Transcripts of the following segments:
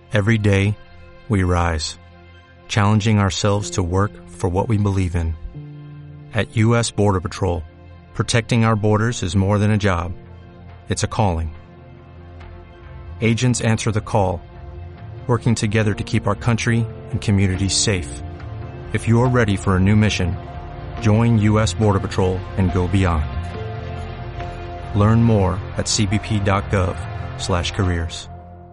Every day, we rise, challenging ourselves to work for what we believe in. At U.S. Border Patrol, protecting our borders is more than a job. It's a calling. Agents answer the call, working together to keep our country and communities safe. If you're ready for a new mission, join U.S. Border Patrol and go beyond. Learn more at cbp.gov/careers.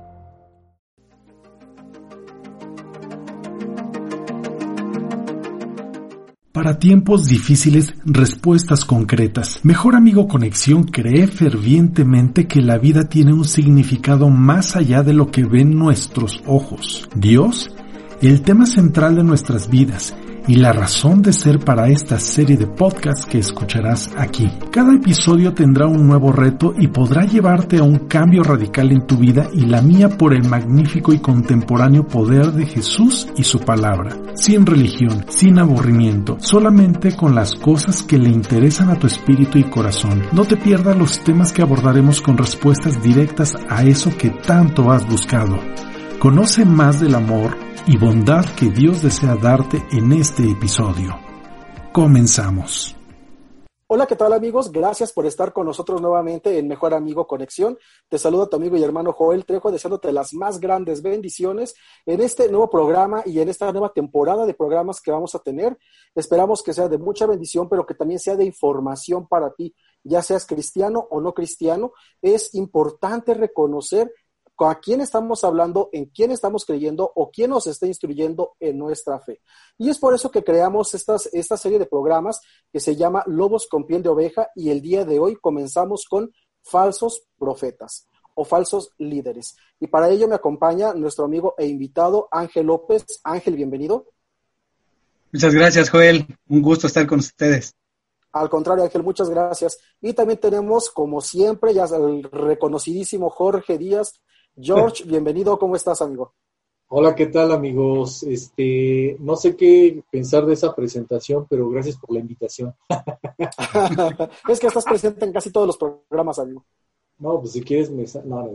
Para tiempos difíciles, respuestas concretas. Mejor Amigo Conexión cree fervientemente que la vida tiene un significado más allá de lo que ven nuestros ojos. Dios, el tema central de nuestras vidas y la razón de ser para esta serie de podcasts que escucharás aquí. Cada episodio tendrá un nuevo reto y podrá llevarte a un cambio radical en tu vida y la mía por el magnífico y contemporáneo poder de Jesús y su palabra. Sin religión, sin aburrimiento, solamente con las cosas que le interesan a tu espíritu y corazón. No te pierdas los temas que abordaremos con respuestas directas a eso que tanto has buscado. Conoce más del amor y bondad que Dios desea darte en este episodio. Comenzamos. Hola, ¿qué tal, amigos? Gracias por estar con nosotros nuevamente en Mejor Amigo Conexión. Te saluda tu amigo y hermano Joel Trejo, deseándote las más grandes bendiciones en este nuevo programa y en esta nueva temporada de programas que vamos a tener. Esperamos que sea de mucha bendición, pero que también sea de información para ti, ya seas cristiano o no cristiano. Es importante reconocer a quién estamos hablando, en quién estamos creyendo o quién nos está instruyendo en nuestra fe. Y es por eso que creamos esta serie de programas que se llama Lobos con piel de oveja, y el día de hoy comenzamos con falsos profetas o falsos líderes. Y para ello me acompaña nuestro amigo e invitado Ángel López. Ángel, bienvenido. Muchas gracias, Joel. Un gusto estar con ustedes. Al contrario, Ángel, muchas gracias. Y también tenemos, como siempre, ya el reconocidísimo Jorge Díaz. George, bienvenido. ¿Cómo estás, amigo? Hola, ¿qué tal, amigos? No sé qué pensar de esa presentación, pero gracias por la invitación. Es que estás presente en casi todos los programas, amigo. No, pues si quieres no.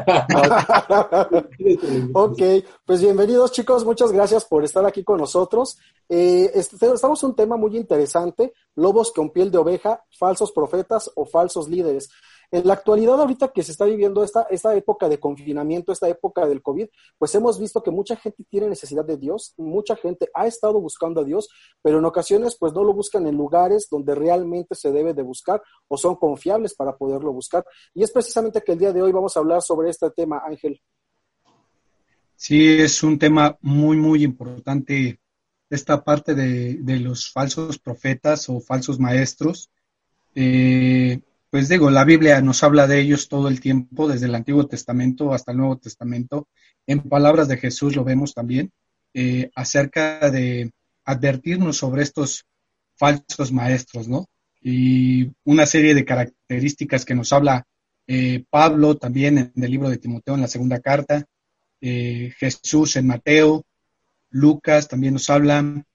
Ok, pues bienvenidos, chicos. Muchas gracias por estar aquí con nosotros. Estamos en un tema muy interesante: lobos con piel de oveja, falsos profetas o falsos líderes. En la actualidad, ahorita que se está viviendo esta época de confinamiento, esta época del COVID, pues hemos visto que mucha gente tiene necesidad de Dios, mucha gente ha estado buscando a Dios, pero en ocasiones pues no lo buscan en lugares donde realmente se debe de buscar o son confiables para poderlo buscar. Y es precisamente que el día de hoy vamos a hablar sobre este tema, Ángel. Sí, es un tema muy, muy importante, esta parte de los falsos profetas o falsos maestros. Pues digo, la Biblia nos habla de ellos todo el tiempo, desde el Antiguo Testamento hasta el Nuevo Testamento. En palabras de Jesús lo vemos también, acerca de advertirnos sobre estos falsos maestros, ¿no? Y una serie de características que nos habla Pablo también en el libro de Timoteo, en la segunda carta, Jesús en Mateo, Lucas también nos habla,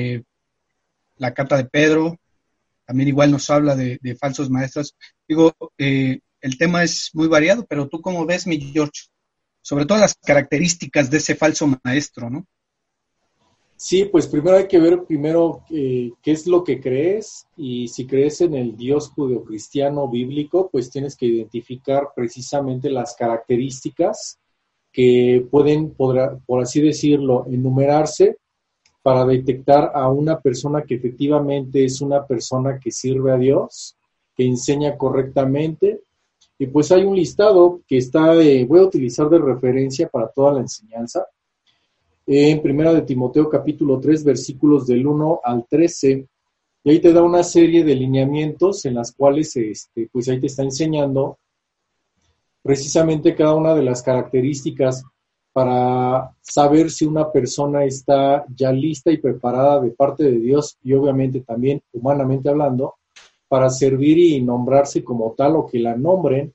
la carta de Pedro, también igual nos habla de falsos maestros. Digo, el tema es muy variado, pero ¿tú cómo ves, mi George? Sobre todo las características de ese falso maestro, ¿no? Sí, pues primero hay que ver qué es lo que crees, y si crees en el Dios judeocristiano bíblico, pues tienes que identificar precisamente las características que pueden, por así decirlo, enumerarse para detectar a una persona que efectivamente es una persona que sirve a Dios, que enseña correctamente. Y pues hay un listado que voy a utilizar de referencia para toda la enseñanza. En 1 de Timoteo capítulo 3, versículos del 1 al 13, y ahí te da una serie de lineamientos en las cuales pues ahí te está enseñando precisamente cada una de las características para saber si una persona está ya lista y preparada de parte de Dios, y obviamente también humanamente hablando, para servir y nombrarse como tal, o que la nombren,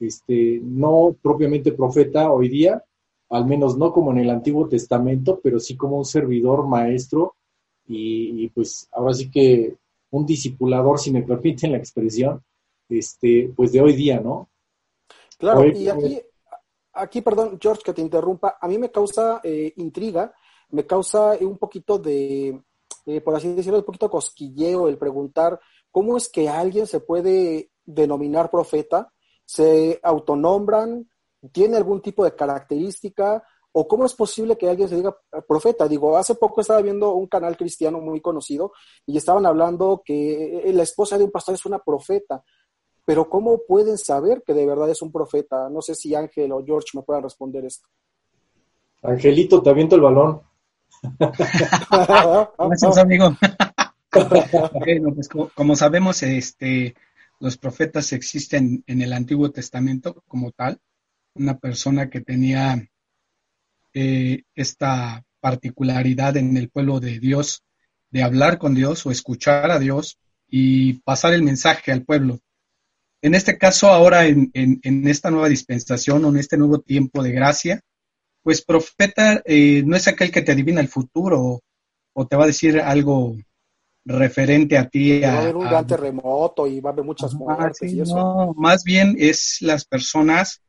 no propiamente profeta hoy día, al menos no como en el Antiguo Testamento, pero sí como un servidor maestro, y pues ahora sí que un discipulador, si me permiten la expresión, pues de hoy día, ¿no? Claro, y aquí aquí, perdón, George, que te interrumpa, a mí me causa intriga, me causa un poquito de, por así decirlo, un poquito cosquilleo el preguntar cómo es que alguien se puede denominar profeta, se autonombran, tiene algún tipo de característica, o cómo es posible que alguien se diga profeta. Digo, hace poco estaba viendo un canal cristiano muy conocido y estaban hablando que la esposa de un pastor es una profeta. Pero ¿cómo pueden saber que de verdad es un profeta? No sé si Ángel o George me puedan responder esto. Angelito, te aviento el balón. Gracias, amigo. Bueno, pues como sabemos, los profetas existen en el Antiguo Testamento como tal. Una persona que tenía esta particularidad en el pueblo de Dios, de hablar con Dios o escuchar a Dios y pasar el mensaje al pueblo. En este caso, ahora en esta nueva dispensación o en este nuevo tiempo de gracia, pues profeta no es aquel que te adivina el futuro o te va a decir algo referente a ti. Va a haber un gran terremoto y va a haber muchas muertes sí, y eso. No, más bien es las personas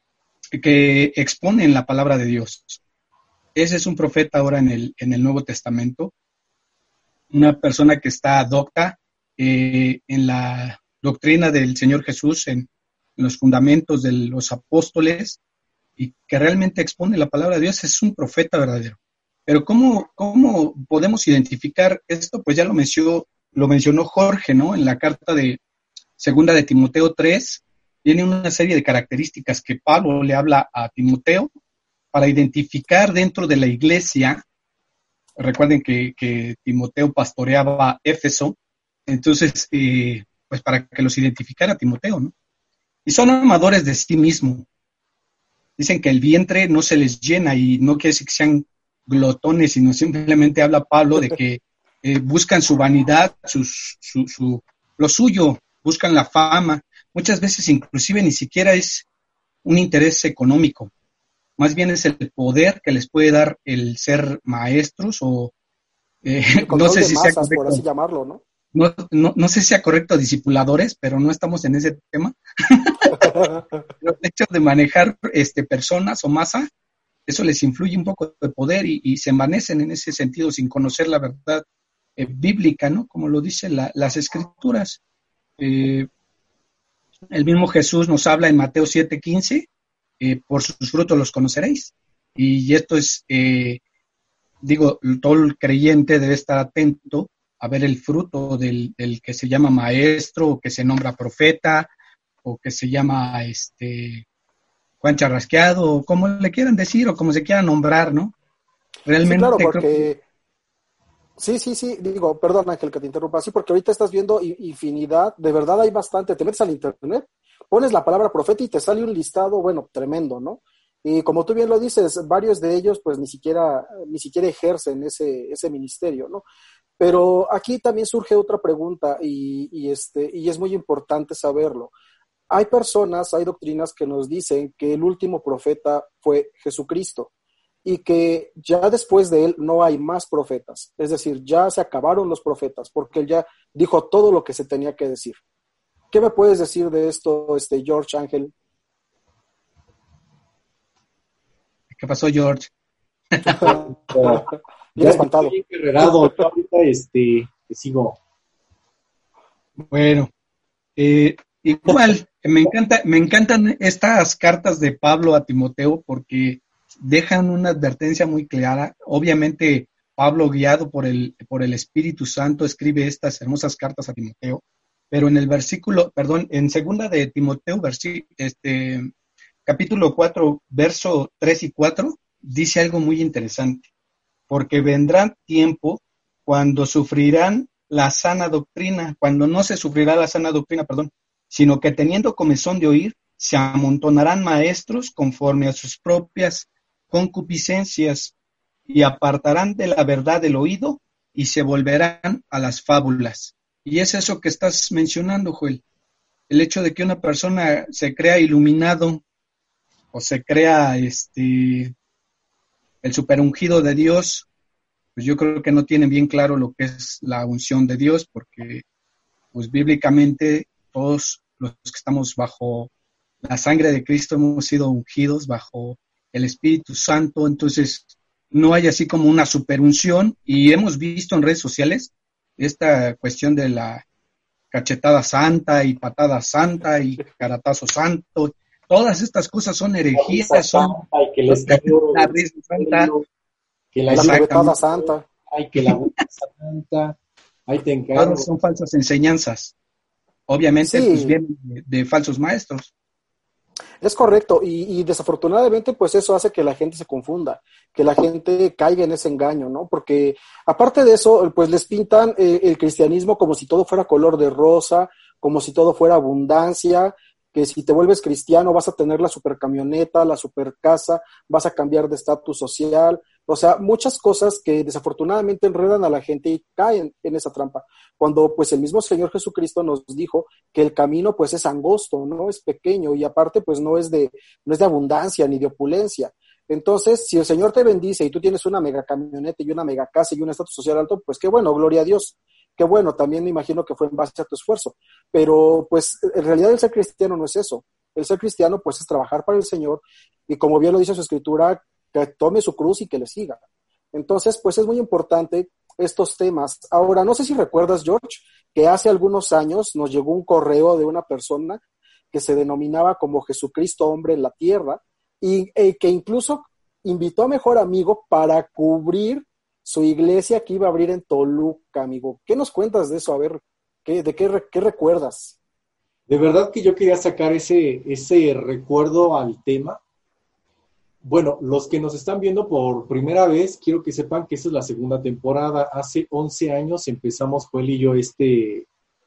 que exponen la palabra de Dios. Ese es un profeta ahora en el Nuevo Testamento, una persona que está docta en la doctrina del Señor Jesús, en los fundamentos de los apóstoles, y que realmente expone la palabra de Dios, es un profeta verdadero. Pero ¿cómo podemos identificar esto? Pues ya lo mencionó Jorge, ¿no? En la carta de segunda de Timoteo 3, tiene una serie de características que Pablo le habla a Timoteo para identificar dentro de la iglesia. Recuerden que Timoteo pastoreaba Éfeso, entonces, pues para que los identificara Timoteo, ¿no? Y son amadores de sí mismo. Dicen que el vientre no se les llena y no quiere decir que sean glotones, sino simplemente habla Pablo de que buscan su vanidad, lo suyo, buscan la fama. Muchas veces inclusive ni siquiera es un interés económico, más bien es el poder que les puede dar el ser maestros o no sé si masas, sea correcto, por así llamarlo, ¿no? No sé si sea correcto discipuladores, pero no estamos en ese tema. Pero el hecho de manejar personas o masa, eso les influye un poco de poder y se envanecen en ese sentido sin conocer la verdad bíblica, ¿no? Como lo dicen las escrituras. El mismo Jesús nos habla en Mateo 7:15, por sus frutos los conoceréis. Y esto es, todo el creyente debe estar atento a ver el fruto del que se llama maestro, o que se nombra profeta, o que se llama Juan Charrasqueado, o como le quieran decir, o como se quieran nombrar, ¿no? Realmente. Sí, claro, porque... Sí, digo, perdón Ángel que te interrumpa, sí, porque ahorita estás viendo infinidad, de verdad hay bastante, te metes al internet, pones la palabra profeta y te sale un listado, bueno, tremendo, ¿no? Y como tú bien lo dices, varios de ellos pues ni siquiera ejercen ese ministerio, ¿no? Pero aquí también surge otra pregunta y es muy importante saberlo. Hay personas, hay doctrinas que nos dicen que el último profeta fue Jesucristo y que ya después de él no hay más profetas. Es decir, ya se acabaron los profetas porque él ya dijo todo lo que se tenía que decir. ¿Qué me puedes decir de esto, George, Ángel? ¿Qué pasó, George? Bien espantado. Estoy encarrerado. Yo ahorita sigo. Bueno, igual, me encantan estas cartas de Pablo a Timoteo porque dejan una advertencia muy clara. Obviamente, Pablo, guiado por el Espíritu Santo, escribe estas hermosas cartas a Timoteo, pero en el en segunda de Timoteo, capítulo 4, verso 3 y 4, dice algo muy interesante. Porque vendrá tiempo cuando sufrirán la sana doctrina, cuando no se sufrirá la sana doctrina, sino que teniendo comezón de oír, se amontonarán maestros conforme a sus propias concupiscencias y apartarán de la verdad el oído y se volverán a las fábulas. Y es eso que estás mencionando, Joel. El hecho de que una persona se crea iluminado o se crea el superungido de Dios, pues yo creo que no tienen bien claro lo que es la unción de Dios, porque pues bíblicamente todos los que estamos bajo la sangre de Cristo hemos sido ungidos bajo el Espíritu Santo, entonces no hay así como una superunción, y hemos visto en redes sociales esta cuestión de la cachetada santa y patada santa y caratazo santo. Todas estas cosas son herejías, son que les la risa santa, que La cubetada santa. que la boca santa, ahí te encargo. Todas son falsas enseñanzas. Obviamente, Sí. pues vienen de falsos maestros. Es correcto, y desafortunadamente pues eso hace que la gente se confunda, que la gente caiga en ese engaño, ¿no? Porque aparte de eso, pues les pintan el cristianismo como si todo fuera color de rosa, como si todo fuera abundancia, que si te vuelves cristiano vas a tener la super camioneta, la super casa, vas a cambiar de estatus social, o sea, muchas cosas que desafortunadamente enredan a la gente y caen en esa trampa, cuando pues el mismo Señor Jesucristo nos dijo que el camino pues es angosto, no es pequeño, y aparte pues no es de abundancia ni de opulencia. Entonces, si el Señor te bendice y tú tienes una mega camioneta y una mega casa y un estatus social alto, pues qué bueno, gloria a Dios. Qué bueno, también me imagino que fue en base a tu esfuerzo. Pero pues en realidad el ser cristiano no es eso. El ser cristiano pues es trabajar para el Señor y, como bien lo dice su escritura, que tome su cruz y que le siga. Entonces pues es muy importante estos temas. Ahora, no sé si recuerdas, George, que hace algunos años nos llegó un correo de una persona que se denominaba como Jesucristo hombre en la tierra, y que incluso invitó a Mejor Amigo para cubrir su iglesia que iba a abrir en Toluca, amigo. ¿Qué nos cuentas de eso? A ver, ¿qué recuerdas? De verdad que yo quería sacar ese recuerdo al tema. Bueno, los que nos están viendo por primera vez, quiero que sepan que esta es la segunda temporada. Hace 11 años empezamos Joel y yo este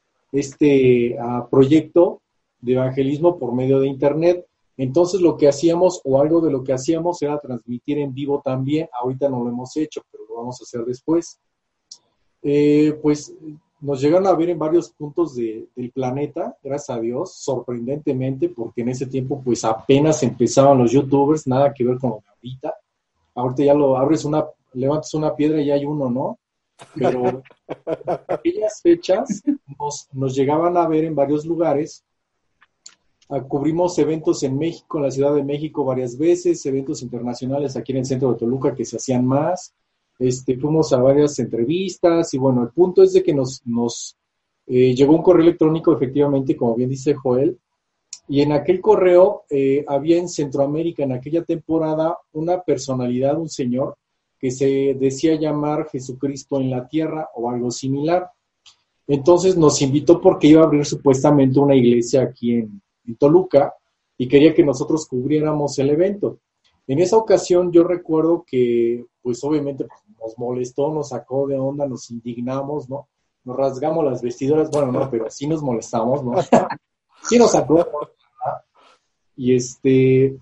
proyecto de evangelismo por medio de internet. Entonces lo que hacíamos, o algo de lo que hacíamos, era transmitir en vivo también. Ahorita no lo hemos hecho, pero lo vamos a hacer después. Pues nos llegaron a ver en varios puntos del planeta, gracias a Dios, sorprendentemente, porque en ese tiempo pues apenas empezaban los youtubers, nada que ver con lo de ahorita. Ahorita ya lo abres levantas una piedra y ya hay uno, ¿no? Pero en aquellas fechas nos llegaban a ver en varios lugares. Cubrimos eventos en México, en la Ciudad de México varias veces, eventos internacionales aquí en el centro de Toluca que se hacían más. Fuimos a varias entrevistas y bueno, el punto es de que nos llegó un correo electrónico, efectivamente, como bien dice Joel, y en aquel correo había en Centroamérica en aquella temporada una personalidad, un señor, que se decía llamar Jesucristo en la tierra o algo similar. Entonces nos invitó porque iba a abrir supuestamente una iglesia aquí en Toluca y quería que nosotros cubriéramos el evento. En esa ocasión yo recuerdo que pues obviamente pues, nos molestó, nos sacó de onda, nos indignamos, ¿no? Nos rasgamos las vestiduras, bueno, no, pero sí nos molestamos, ¿no? Sí nos sacó de onda, ¿verdad? Y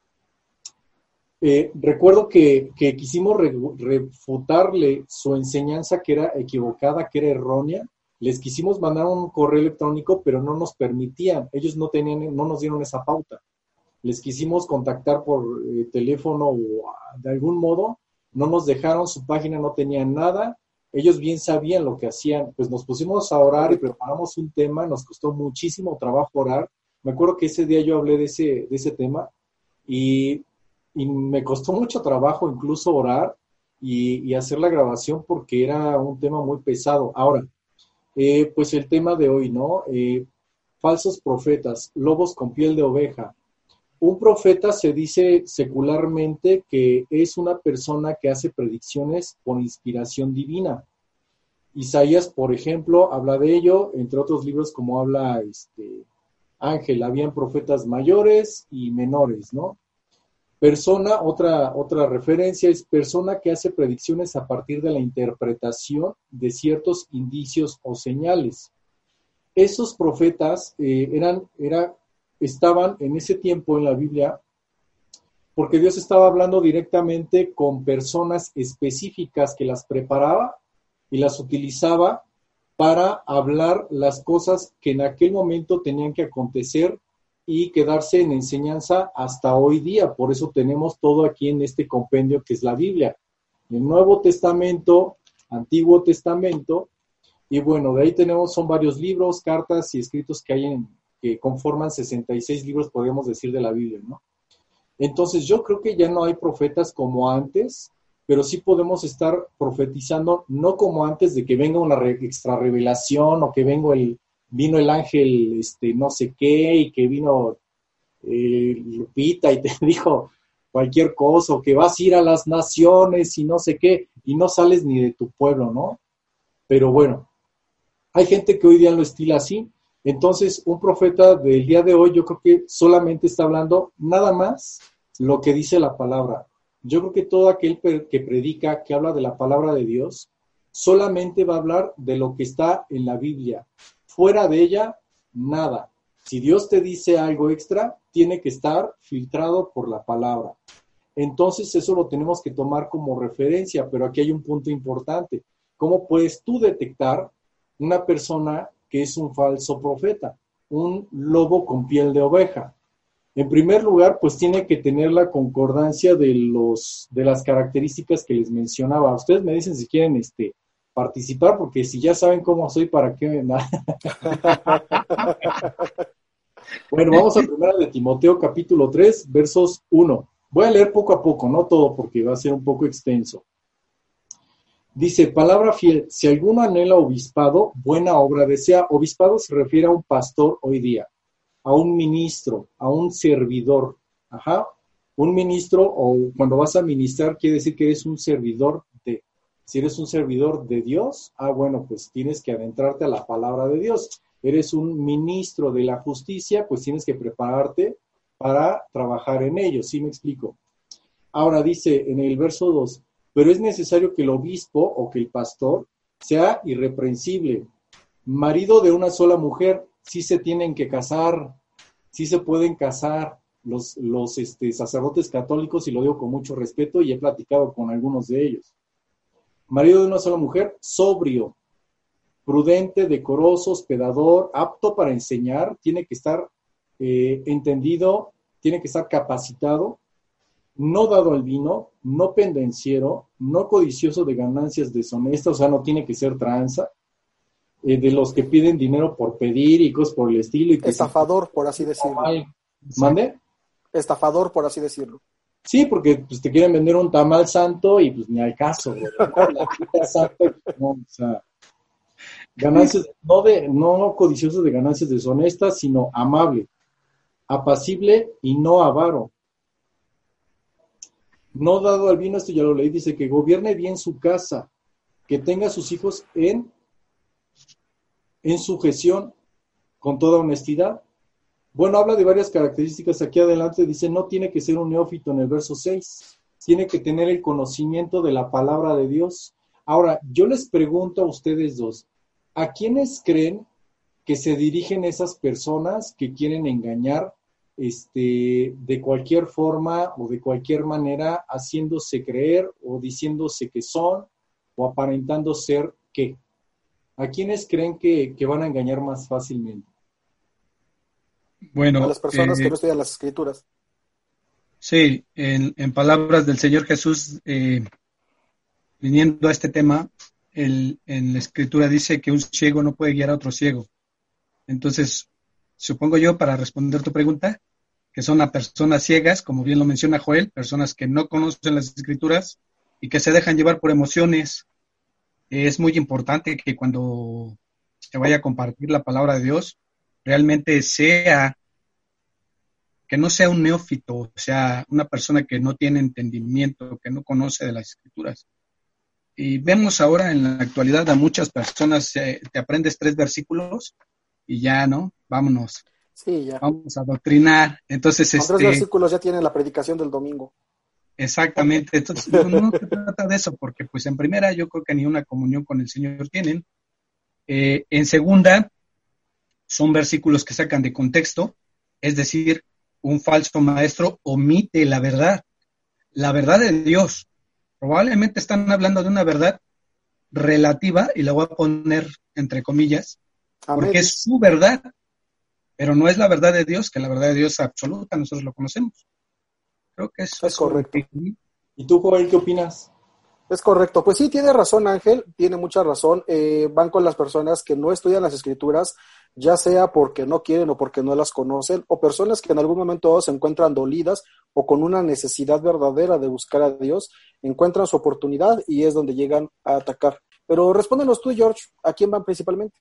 recuerdo que quisimos refutarle su enseñanza que era equivocada, que era errónea. Les quisimos mandar un correo electrónico, pero no nos permitían. Ellos no nos dieron esa pauta. Les quisimos contactar por teléfono o de algún modo, no nos dejaron, su página no tenía nada. Ellos bien sabían lo que hacían. Pues nos pusimos a orar y preparamos un tema. Nos costó muchísimo trabajo orar. Me acuerdo que ese día yo hablé de ese tema y me costó mucho trabajo incluso orar y hacer la grabación porque era un tema muy pesado. Ahora, pues el tema de hoy, ¿no? Falsos profetas, lobos con piel de oveja. Un profeta se dice secularmente que es una persona que hace predicciones por inspiración divina. Isaías, por ejemplo, habla de ello, entre otros libros como habla Ángel, habían profetas mayores y menores, ¿no? Persona, otra referencia es persona que hace predicciones a partir de la interpretación de ciertos indicios o señales. Esos profetas estaban en ese tiempo en la Biblia porque Dios estaba hablando directamente con personas específicas que las preparaba y las utilizaba para hablar las cosas que en aquel momento tenían que acontecer y quedarse en enseñanza hasta hoy día. Por eso tenemos todo aquí en este compendio que es la Biblia. El Nuevo Testamento, Antiguo Testamento, y bueno, de ahí son varios libros, cartas y escritos que hay que conforman 66 libros, podemos decir, de la Biblia, ¿no? Entonces yo creo que ya no hay profetas como antes, pero sí podemos estar profetizando, no como antes de que venga una extra revelación o que vino el ángel no sé qué y que vino Lupita y te dijo cualquier cosa, o que vas a ir a las naciones y no sé qué, y no sales ni de tu pueblo, ¿no? Pero bueno, hay gente que hoy día lo estila así. Entonces, un profeta del día de hoy, yo creo que solamente está hablando nada más lo que dice la palabra. Yo creo que todo aquel que predica, que habla de la palabra de Dios, solamente va a hablar de lo que está en la Biblia. Fuera de ella, nada. Si Dios te dice algo extra, tiene que estar filtrado por la palabra. Entonces, eso lo tenemos que tomar como referencia, pero aquí hay un punto importante. ¿Cómo puedes tú detectar una persona que es un falso profeta, un lobo con piel de oveja? En primer lugar, pues tiene que tener la concordancia de las características que les mencionaba. Ustedes me dicen si quieren participar, porque si ya saben cómo soy, ¿para qué me Bueno, vamos a 1 de Timoteo, capítulo 3, versos 1. Voy a leer poco a poco, no todo, porque va a ser un poco extenso. Dice, palabra fiel, si alguno anhela obispado, buena obra desea. Obispado se refiere a un pastor hoy día, a un ministro, a un servidor. Un ministro, o cuando vas a ministrar, quiere decir que eres un servidor de. Si eres un servidor de Dios, bueno, pues tienes que adentrarte a la palabra de Dios. Eres un ministro de la justicia, pues tienes que prepararte para trabajar en ello. ¿Sí me explico? Ahora dice en el verso 2, pero es necesario que el obispo o que el pastor sea irreprensible, marido de una sola mujer. Sí se tienen que casar, sí se pueden casar los sacerdotes católicos, y lo digo con mucho respeto, y he platicado con algunos de ellos. Marido de una sola mujer, sobrio, prudente, decoroso, hospedador, apto para enseñar, tiene que estar entendido, tiene que estar capacitado, no dado al vino, no pendenciero, no codicioso de ganancias deshonestas, o sea, no tiene que ser tranza, de los que piden dinero por pedir y cosas por el estilo. Y que estafador, por así decirlo. ¿Mande? Estafador, por así decirlo. Sí, porque pues te quieren vender un tamal santo y pues ni al caso, güey. La santa, no, o sea, ganancias, no codicioso de ganancias deshonestas, sino amable, apacible y no avaro. No dado al vino, esto ya lo leí, dice que gobierne bien su casa, que tenga a sus hijos en sujeción, con toda honestidad. Bueno, habla de varias características. Aquí adelante dice, no tiene que ser un neófito en el verso 6, tiene que tener el conocimiento de la palabra de Dios. Ahora, yo les pregunto a ustedes dos, ¿a quiénes creen que se dirigen esas personas que quieren engañar de cualquier forma o de cualquier manera, haciéndose creer o diciéndose que son o aparentando ser qué? ¿A quiénes creen que van a engañar más fácilmente? Bueno, a las personas que no estudian las Escrituras. Sí, en palabras del Señor Jesús, viniendo a este tema, en la Escritura dice que un ciego no puede guiar a otro ciego. Entonces, supongo yo, para responder tu pregunta, que son a personas ciegas, como bien lo menciona Joel, personas que no conocen las Escrituras y que se dejan llevar por emociones. Es muy importante que cuando se vaya a compartir la palabra de Dios, realmente que no sea un neófito, o sea, una persona que no tiene entendimiento, que no conoce de las Escrituras. Y vemos ahora en la actualidad a muchas personas, te aprendes 3 versículos y ya, ¿no? Vámonos. Sí, ya. Vamos a doctrinar. Entonces, con 3 versículos ya tienen la predicación del domingo. Exactamente. Entonces, no se trata de eso, porque pues en primera yo creo que ni una comunión con el Señor tienen. En segunda, son versículos que sacan de contexto, es decir, un falso maestro omite la verdad de Dios. Probablemente están hablando de una verdad relativa, y la voy a poner entre comillas, Amén. Porque es su verdad, pero no es la verdad de Dios, que la verdad de Dios es absoluta, nosotros lo conocemos. Creo que eso es correcto. ¿Y tú, Joel, qué opinas? Es correcto. Pues sí, tiene razón Ángel, tiene mucha razón. Van con las personas que no estudian las Escrituras, ya sea porque no quieren o porque no las conocen, o personas que en algún momento se encuentran dolidas o con una necesidad verdadera de buscar a Dios, encuentran su oportunidad y es donde llegan a atacar. Pero respóndenos tú, George, ¿a quién van principalmente?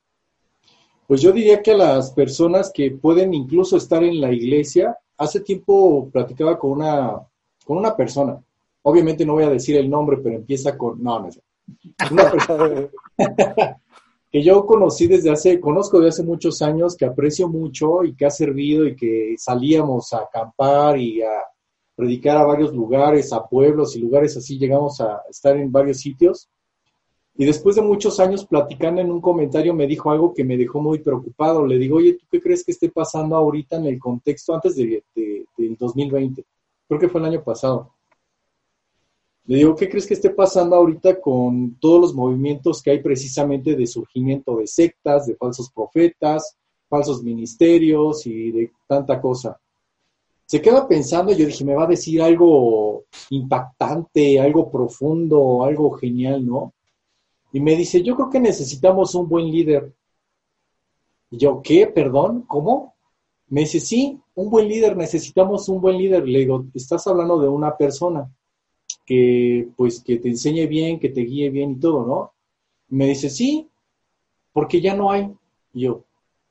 Pues yo diría que a las personas que pueden incluso estar en la iglesia. Hace tiempo platicaba con una persona, obviamente no voy a decir el nombre, pero empieza con, no sé, una persona que yo conozco desde hace muchos años, que aprecio mucho y que ha servido y que salíamos a acampar y a predicar a varios lugares, a pueblos y lugares así, llegamos a estar en varios sitios. Y después de muchos años platicando en un comentario me dijo algo que me dejó muy preocupado. Le digo, oye, ¿tú qué crees que esté pasando ahorita en el contexto antes del 2020? Creo que fue el año pasado. Le digo, ¿qué crees que esté pasando ahorita con todos los movimientos que hay precisamente de surgimiento de sectas, de falsos profetas, falsos ministerios y de tanta cosa? Se queda pensando y yo dije, me va a decir algo impactante, algo profundo, algo genial, ¿no? Y me dice, yo creo que necesitamos un buen líder. Y yo, ¿qué? ¿Perdón? ¿Cómo? Me dice, sí, un buen líder, necesitamos un buen líder. Le digo, estás hablando de una persona que, pues, que te enseñe bien, que te guíe bien y todo, ¿no? Me dice, sí, porque ya no hay. Y yo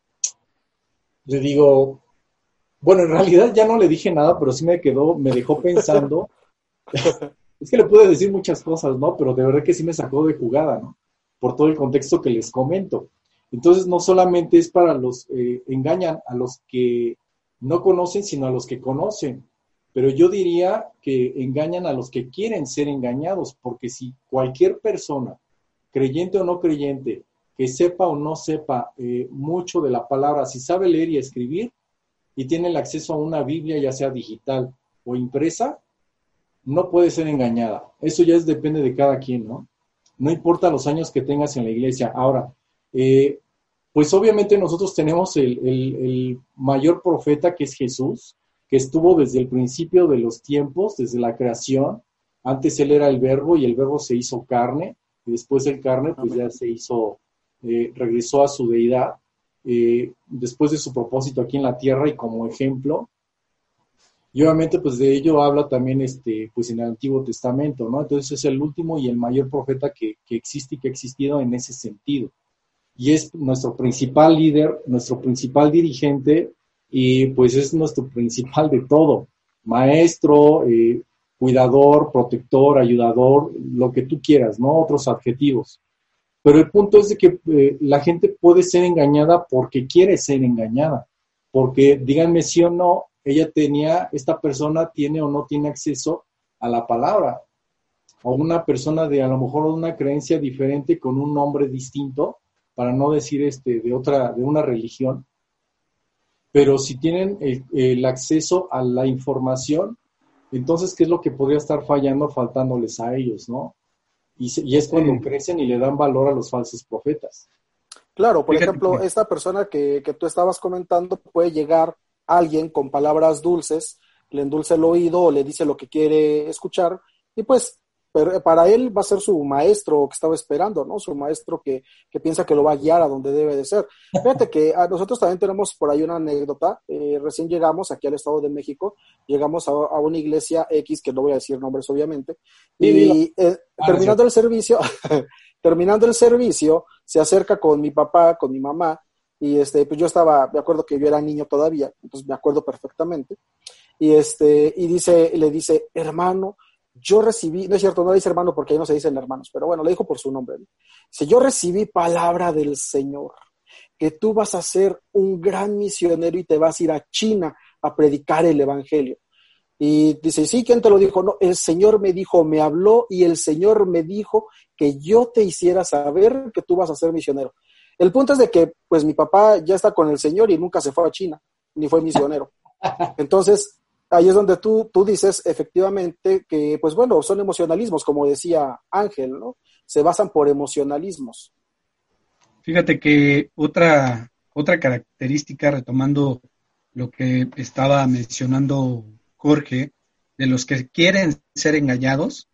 le digo, bueno, en realidad ya no le dije nada, pero sí me dejó pensando. Es que le pude decir muchas cosas, ¿no? Pero de verdad que sí me sacó de jugada, ¿no? Por todo el contexto que les comento. Entonces, no solamente es para engañan a los que no conocen, sino a los que conocen. Pero yo diría que engañan a los que quieren ser engañados, porque si cualquier persona, creyente o no creyente, que sepa o no sepa mucho de la palabra, si sabe leer y escribir, y tiene el acceso a una Biblia, ya sea digital o impresa, no puede ser engañada. Eso ya depende de cada quien, ¿no? No importa los años que tengas en la iglesia. Ahora, pues obviamente nosotros tenemos el mayor profeta, que es Jesús, que estuvo desde el principio de los tiempos, desde la creación. Antes él era el verbo y el verbo se hizo carne, y después el carne pues ya se hizo, regresó a su deidad, después de su propósito aquí en la tierra y como ejemplo. Y obviamente, pues de ello habla también pues en el Antiguo Testamento, ¿no? Entonces es el último y el mayor profeta que existe y que ha existido en ese sentido. Y es nuestro principal líder, nuestro principal dirigente, y pues es nuestro principal de todo. Maestro, cuidador, protector, ayudador, lo que tú quieras, ¿no? Otros adjetivos. Pero el punto es de que la gente puede ser engañada porque quiere ser engañada. Porque, díganme sí o no, esta persona tiene o no tiene acceso a la palabra, o una persona de a lo mejor una creencia diferente con un nombre distinto, para no decir de una religión, pero si tienen el acceso a la información, entonces ¿qué es lo que podría estar faltándoles a ellos, ¿no? Y es cuando crecen y le dan valor a los falsos profetas. Claro, por ejemplo, esta persona que tú estabas comentando puede llegar alguien con palabras dulces, le endulce el oído o le dice lo que quiere escuchar, y pues para él va a ser su maestro que estaba esperando, ¿no? Su maestro que piensa que lo va a guiar a donde debe de ser. Fíjate que nosotros también tenemos por ahí una anécdota. Recién llegamos aquí al Estado de México, llegamos a una iglesia X, que no voy a decir nombres obviamente, y terminando el servicio, se acerca con mi papá, con mi mamá, y pues yo me acuerdo que yo era niño todavía, entonces me acuerdo perfectamente, y le dice, hermano, yo recibí, no es cierto, no le dice hermano porque ahí no se dicen hermanos, pero bueno, le dijo por su nombre, ¿no? Dice, yo recibí palabra del Señor, que tú vas a ser un gran misionero y te vas a ir a China a predicar el evangelio. Y dice, sí, ¿quién te lo dijo? No, el Señor me dijo, me habló y el Señor me dijo que yo te hiciera saber que tú vas a ser misionero. El punto es de que, pues, mi papá ya está con el Señor y nunca se fue a China, ni fue misionero. Entonces, ahí es donde tú dices, efectivamente, que, pues, bueno, son emocionalismos, como decía Ángel, ¿no? Se basan por emocionalismos. Fíjate que otra característica, retomando lo que estaba mencionando Jorge, de los que quieren ser engañados,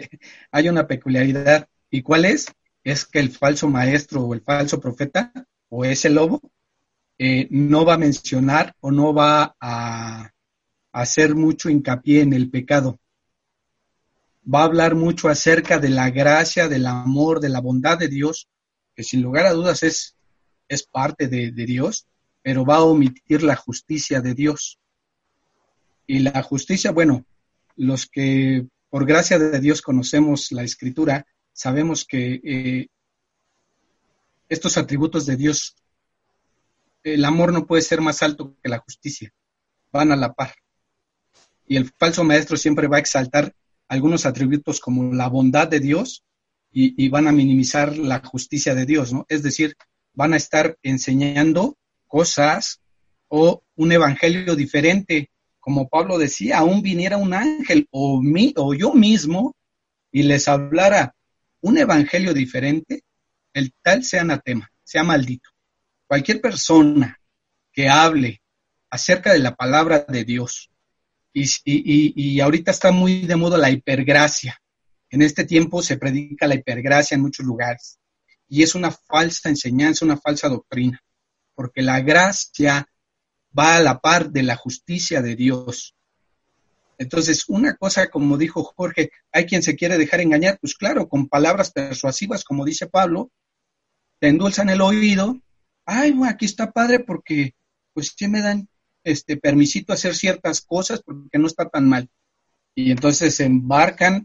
hay una peculiaridad. ¿Y cuál es? Es que el falso maestro o el falso profeta o ese lobo, no va a mencionar o no va a hacer mucho hincapié en el pecado. Va a hablar mucho acerca de la gracia, del amor, de la bondad de Dios, que sin lugar a dudas es parte de Dios, pero va a omitir la justicia de Dios. Y la justicia, bueno, los que por gracia de Dios conocemos la Escritura, sabemos que estos atributos de Dios, el amor no puede ser más alto que la justicia, van a la par. Y el falso maestro siempre va a exaltar algunos atributos como la bondad de Dios y van a minimizar la justicia de Dios, ¿no? Es decir, van a estar enseñando cosas o un evangelio diferente. Como Pablo decía, aún viniera un ángel o yo mismo y les hablara un evangelio diferente, el tal sea anatema, sea maldito. Cualquier persona que hable acerca de la palabra de Dios, y ahorita está muy de moda la hipergracia. En este tiempo se predica la hipergracia en muchos lugares, y es una falsa enseñanza, una falsa doctrina, porque la gracia va a la par de la justicia de Dios. Entonces, una cosa, como dijo Jorge, hay quien se quiere dejar engañar, pues claro, con palabras persuasivas, como dice Pablo, te endulzan el oído. Ay, bueno, aquí está padre porque pues sí me dan permisito a hacer ciertas cosas porque no está tan mal. Y entonces se embarcan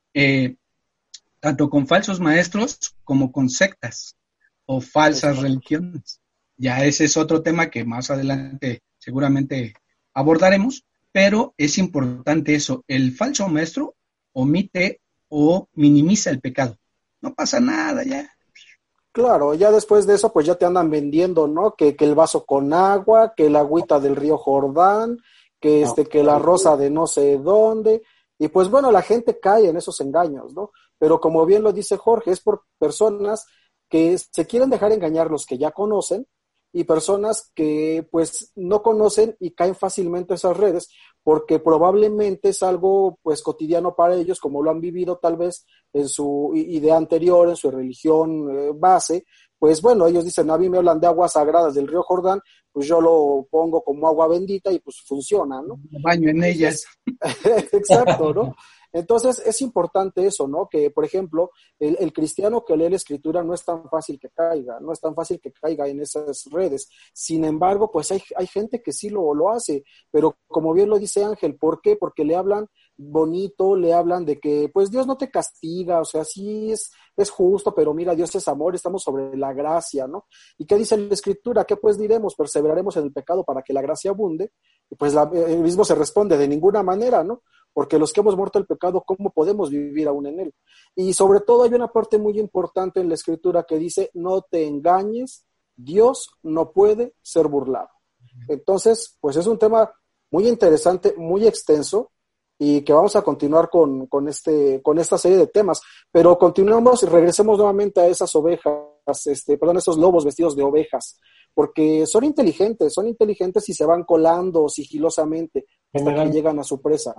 tanto con falsos maestros como con sectas o falsas religiones. Ya ese es otro tema que más adelante seguramente abordaremos, pero es importante eso. El falso maestro omite o minimiza el pecado. No pasa nada ya. Claro, ya después de eso, pues ya te andan vendiendo, ¿no? Que el vaso con agua, que el agüita del río Jordán, que la rosa de no sé dónde. Y pues bueno, la gente cae en esos engaños, ¿no? Pero como bien lo dice Jorge, es por personas que se quieren dejar engañar los que ya conocen y personas que pues no conocen y caen fácilmente a esas redes porque probablemente es algo pues cotidiano para ellos, como lo han vivido tal vez en su idea anterior, en su religión base. Pues bueno, ellos dicen, a mí me hablan de aguas sagradas del río Jordán, pues yo lo pongo como agua bendita y pues funciona, ¿no? Baño en ellas. Exacto, ¿no? Entonces es importante eso, ¿no? Que, por ejemplo, el cristiano que lee la Escritura no es tan fácil que caiga en esas redes. Sin embargo, pues hay gente que sí lo hace, pero como bien lo dice Ángel, ¿por qué? Porque le hablan bonito, le hablan de que pues Dios no te castiga, o sea, sí es justo, pero mira, Dios es amor, estamos sobre la gracia, ¿no? ¿Y qué dice la Escritura? ¿Qué pues diremos? ¿Perseveraremos en el pecado para que la gracia abunde? Y pues el mismo se responde, de ninguna manera, ¿no? Porque los que hemos muerto el pecado, ¿cómo podemos vivir aún en él? Y sobre todo hay una parte muy importante en la Escritura que dice, no te engañes, Dios no puede ser burlado. Entonces, pues es un tema muy interesante, muy extenso, y que vamos a continuar con esta serie de temas, pero continuamos y regresemos nuevamente a esas esos lobos vestidos de ovejas, porque son inteligentes y se van colando sigilosamente hasta que llegan a su presa.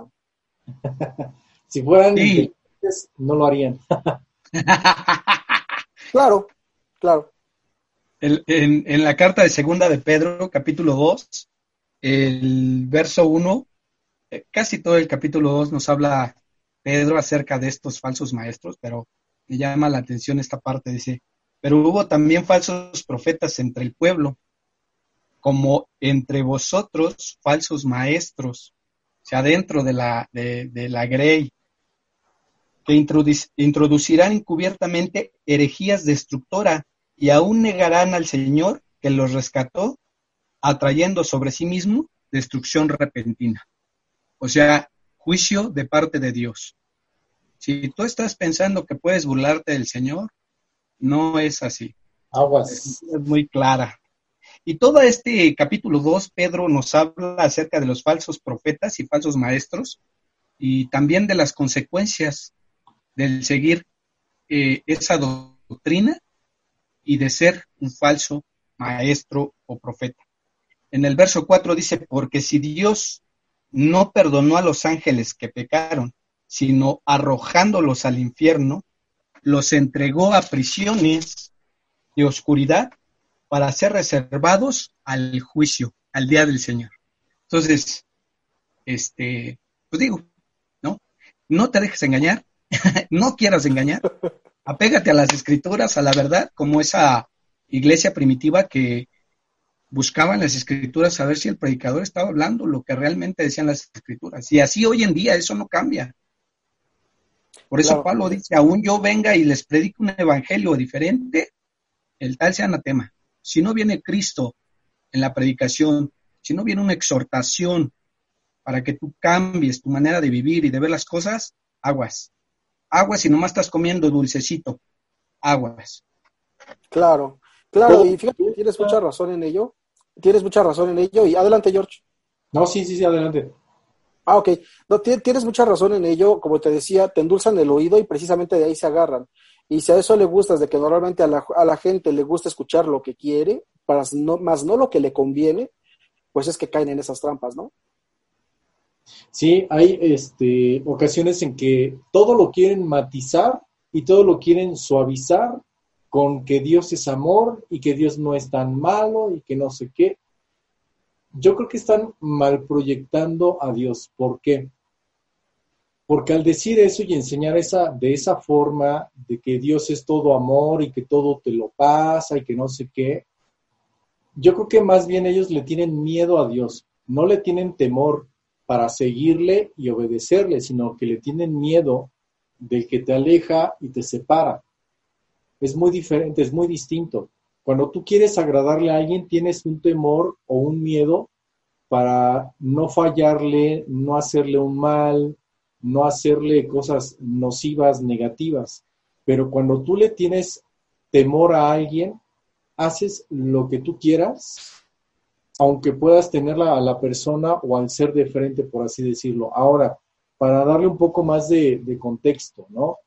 Si fueran inteligentes, no lo harían. Claro. En la carta de segunda de Pedro, capítulo 2, el verso 1, casi todo el capítulo 2 nos habla Pedro acerca de estos falsos maestros, pero me llama la atención esta parte, dice, pero hubo también falsos profetas entre el pueblo, como entre vosotros falsos maestros, o sea, dentro de la grey, que introducirán encubiertamente herejías destructoras y aún negarán al Señor que los rescató, atrayendo sobre sí mismo destrucción repentina. O sea, juicio de parte de Dios. Si tú estás pensando que puedes burlarte del Señor, no es así. Aguas. Es muy clara. Y todo este capítulo 2, Pedro nos habla acerca de los falsos profetas y falsos maestros y también de las consecuencias del seguir esa doctrina y de ser un falso maestro o profeta. En el verso 4 dice, porque si Dios no perdonó a los ángeles que pecaron, sino arrojándolos al infierno, los entregó a prisiones de oscuridad para ser reservados al juicio, al día del Señor. Entonces, pues digo, ¿no? No te dejes engañar, no quieras engañar, apégate a las Escrituras, a la verdad, como esa iglesia primitiva que buscaba en las Escrituras saber si el predicador estaba hablando lo que realmente decían las Escrituras. Y así hoy en día eso no cambia. Por eso Pablo dice, aún yo venga y les predique un evangelio diferente, el tal sea anatema. Si no viene Cristo en la predicación, si no viene una exhortación para que tú cambies tu manera de vivir y de ver las cosas, aguas. Aguas y nomás estás comiendo dulcecito. Aguas. Claro, y fíjate que tienes mucha razón en ello. Y adelante, George. No, sí, adelante. Ok. No, tienes mucha razón en ello. Como te decía, te endulzan el oído y precisamente de ahí se agarran. Y si a eso le gustas, de que normalmente a la gente le gusta escuchar lo que quiere, más no lo que le conviene, pues es que caen en esas trampas, ¿no? Sí, hay ocasiones en que todo lo quieren matizar y todo lo quieren suavizar con que Dios es amor y que Dios no es tan malo y que no sé qué. Yo creo que están mal proyectando a Dios. ¿Por qué? Porque al decir eso y enseñar de esa forma de que Dios es todo amor y que todo te lo pasa y que no sé qué, yo creo que más bien ellos le tienen miedo a Dios, no le tienen temor para seguirle y obedecerle, sino que le tienen miedo del que te aleja y te separa. Es muy diferente, es muy distinto. Cuando tú quieres agradarle a alguien, tienes un temor o un miedo para no fallarle, no hacerle un mal, no hacerle cosas nocivas, negativas. Pero cuando tú le tienes temor a alguien, haces lo que tú quieras, aunque puedas tenerla a la persona o al ser de frente, por así decirlo. Ahora, para darle un poco más de contexto, ¿no?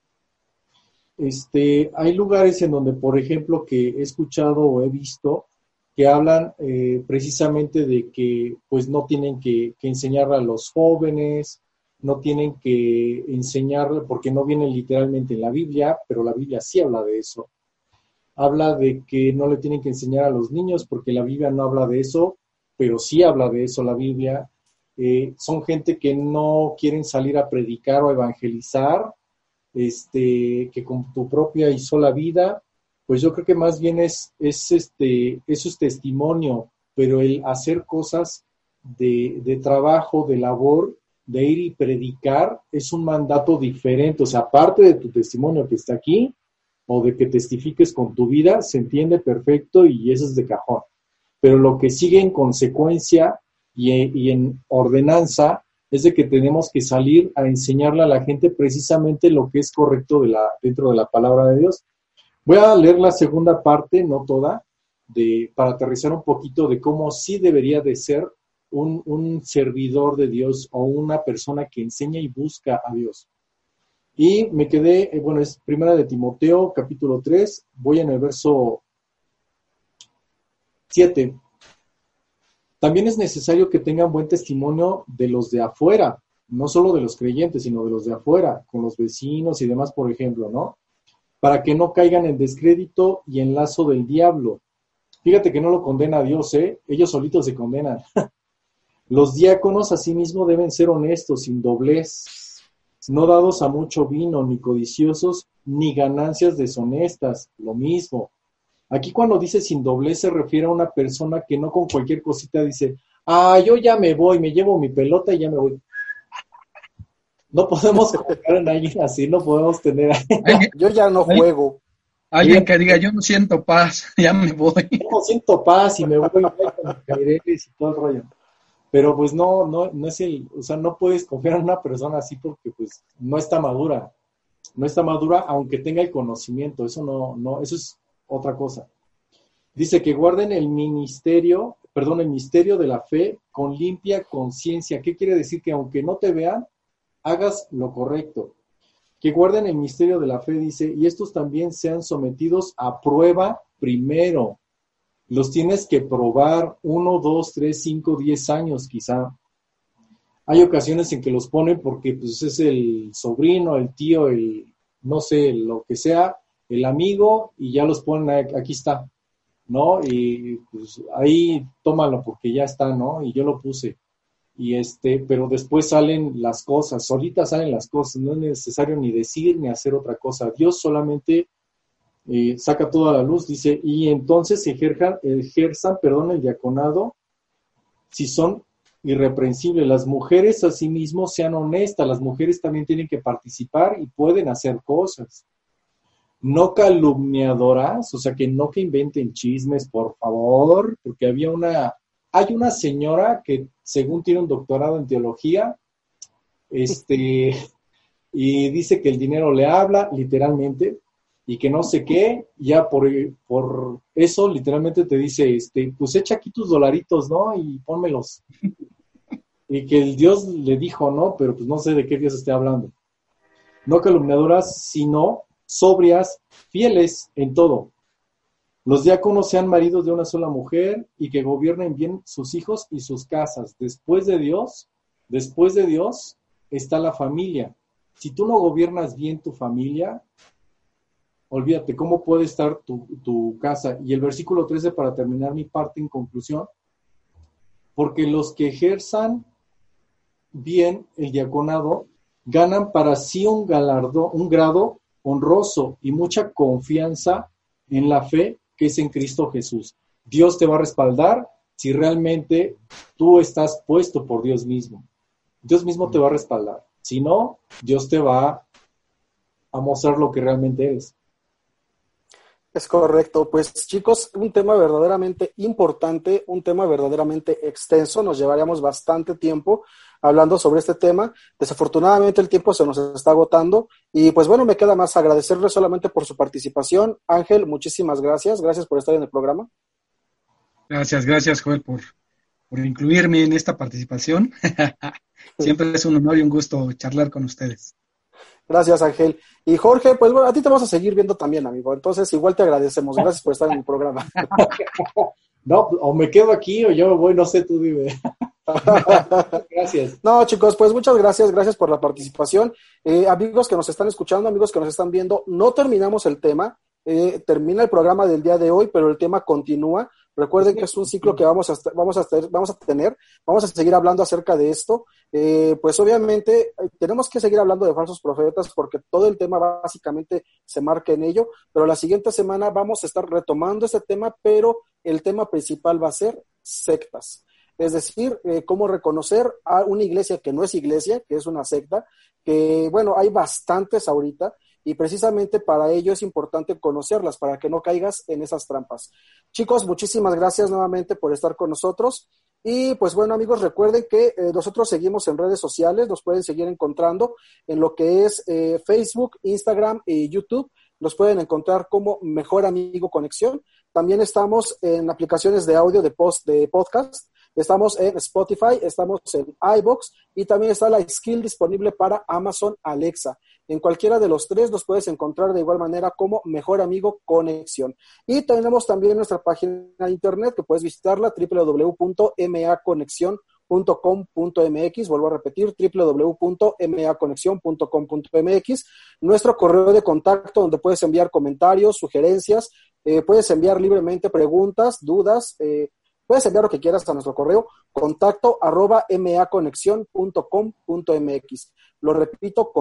Hay lugares en donde, por ejemplo, que he escuchado o he visto que hablan precisamente de que pues no tienen que enseñarle a los jóvenes, no tienen que enseñarle, porque no viene literalmente en la Biblia, pero la Biblia sí habla de eso. Habla de que no le tienen que enseñar a los niños, porque la Biblia no habla de eso, pero sí habla de eso la Biblia. Son gente que no quieren salir a predicar o a evangelizar, que con tu propia y sola vida, pues yo creo que más bien eso es testimonio, pero el hacer cosas de trabajo, de labor, de ir y predicar, es un mandato diferente. O sea, aparte de tu testimonio que está aquí, o de que testifiques con tu vida, se entiende perfecto y eso es de cajón. Pero lo que sigue en consecuencia y en ordenanza es de que tenemos que salir a enseñarle a la gente precisamente lo que es correcto dentro de la palabra de Dios. Voy a leer la segunda parte, no toda, para aterrizar un poquito de cómo sí debería de ser un servidor de Dios o una persona que enseña y busca a Dios. Y me quedé, es Primera de Timoteo, capítulo 3, voy en el verso 7. También es necesario que tengan buen testimonio de los de afuera, no solo de los creyentes, sino de los de afuera, con los vecinos y demás, por ejemplo, ¿no? Para que no caigan en descrédito y en lazo del diablo. Fíjate que no lo condena a Dios, ellos solitos se condenan. Los diáconos asimismo deben ser honestos, sin doblez, no dados a mucho vino, ni codiciosos, ni ganancias deshonestas, lo mismo. Aquí cuando dice sin doblez se refiere a una persona que no con cualquier cosita dice, yo ya me voy, me llevo mi pelota y ya me voy. No podemos confiar en alguien así, no podemos tener... Yo ya no juego. Alguien que diga, yo no siento paz, ya me voy. Yo no siento paz y me voy con mis caireles y todo el rollo. Pero pues no es no puedes confiar en una persona así porque pues no está madura. No está madura aunque tenga el conocimiento, eso eso es otra cosa. Dice que guarden el misterio de la fe con limpia conciencia. ¿Qué quiere decir? Que aunque no te vean, hagas lo correcto. Que guarden el misterio de la fe, dice, y estos también sean sometidos a prueba primero. Los tienes que probar 1, 2, 3, 5, 10 años quizá. Hay ocasiones en que los ponen porque pues, es el sobrino, el tío, no sé, lo que sea, el amigo, y ya los ponen, aquí está. ¿no? Y pues ahí tómalo porque ya está, ¿no? Y yo lo puse. Y pero después salen las cosas, solitas salen las cosas, no es necesario ni decir ni hacer otra cosa. Dios solamente saca toda la luz, dice, y entonces ejerzan, el diaconado si son irreprensibles. Las mujeres asimismo sean honestas, las mujeres también tienen que participar y pueden hacer cosas. No calumniadoras, o sea, que no que inventen chismes, por favor, porque hay una señora que según tiene un doctorado en teología, y dice que el dinero le habla, literalmente, y que no sé qué, ya por eso literalmente te dice, pues echa aquí tus dolaritos, ¿no? Y pónmelos. Y que el Dios le dijo, ¿no? Pero pues no sé de qué Dios esté hablando. No calumniadoras, sino sobrias, fieles en todo. Los diáconos sean maridos de una sola mujer y que gobiernen bien sus hijos y sus casas. Después de Dios está la familia. Si tú no gobiernas bien tu familia, olvídate, ¿cómo puede estar tu casa? Y el versículo 13, para terminar mi parte en conclusión, porque los que ejerzan bien el diaconado ganan para sí un grado honroso y mucha confianza en la fe que es en Cristo Jesús. Dios te va a respaldar si realmente tú estás puesto por Dios mismo. Dios mismo te va a respaldar. Si no, Dios te va a mostrar lo que realmente eres. Es correcto. Pues chicos, un tema verdaderamente importante, un tema verdaderamente extenso. Nos llevaríamos bastante tiempo hablando sobre este tema. Desafortunadamente el tiempo se nos está agotando y pues bueno, me queda más agradecerle solamente por su participación. Ángel, muchísimas gracias. Gracias por estar en el programa. Gracias, Joel, por incluirme en esta participación. Siempre es un honor y un gusto charlar con ustedes. Gracias, Ángel. Y Jorge, pues bueno, a ti te vamos a seguir viendo también, amigo. Entonces, igual te agradecemos. Gracias por estar en el programa. No, o me quedo aquí o yo me voy, no sé, tú dime. Gracias. No, chicos, pues muchas gracias. Gracias por la participación. Amigos que nos están escuchando, amigos que nos están viendo, no terminamos el tema. Termina el programa del día de hoy, pero el tema continúa. Recuerden que es un ciclo que vamos a tener, vamos a seguir hablando acerca de esto. Pues obviamente tenemos que seguir hablando de falsos profetas porque todo el tema básicamente se marca en ello, pero la siguiente semana vamos a estar retomando este tema, pero el tema principal va a ser sectas. Es decir, cómo reconocer a una iglesia que no es iglesia, que es una secta, que bueno, hay bastantes ahorita, y precisamente para ello es importante conocerlas, para que no caigas en esas trampas. Chicos, muchísimas gracias nuevamente por estar con nosotros. Y pues bueno, amigos, recuerden que nosotros seguimos en redes sociales, nos pueden seguir encontrando en lo que es Facebook, Instagram y YouTube. Nos pueden encontrar como Mejor Amigo Conexión. También estamos en aplicaciones de audio de podcast. Estamos en Spotify, estamos en iVoox y también está la skill disponible para Amazon Alexa. En cualquiera de los tres nos puedes encontrar de igual manera como Mejor Amigo Conexión. Y tenemos también nuestra página de internet que puedes visitarla, www.maconexion.com.mx. Vuelvo a repetir, www.maconexion.com.mx. Nuestro correo de contacto donde puedes enviar comentarios, sugerencias, puedes enviar libremente preguntas, dudas, puedes enviar lo que quieras a nuestro correo, contacto@maconexion.com.mx. Lo repito,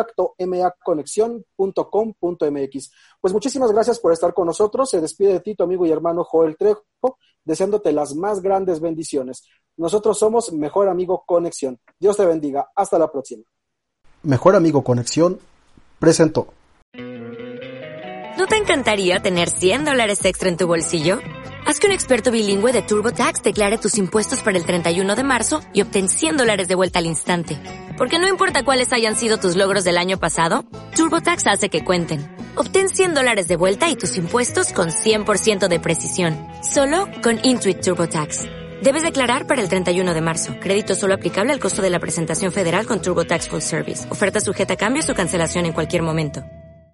contacto@maconexion.com.mx. Pues muchísimas gracias por estar con nosotros. Se despide de ti tu amigo y hermano Joel Trejo, deseándote las más grandes bendiciones. Nosotros somos Mejor Amigo Conexión. Dios te bendiga. Hasta la próxima. Mejor Amigo Conexión presentó. ¿No te encantaría tener $100 extra en tu bolsillo? Haz que un experto bilingüe de TurboTax declare tus impuestos para el 31 de marzo y obtén $100 de vuelta al instante. Porque no importa cuáles hayan sido tus logros del año pasado, TurboTax hace que cuenten. Obtén $100 de vuelta y tus impuestos con 100% de precisión. Solo con Intuit TurboTax. Debes declarar para el 31 de marzo. Crédito solo aplicable al costo de la presentación federal con TurboTax Full Service. Oferta sujeta a cambios o cancelación en cualquier momento.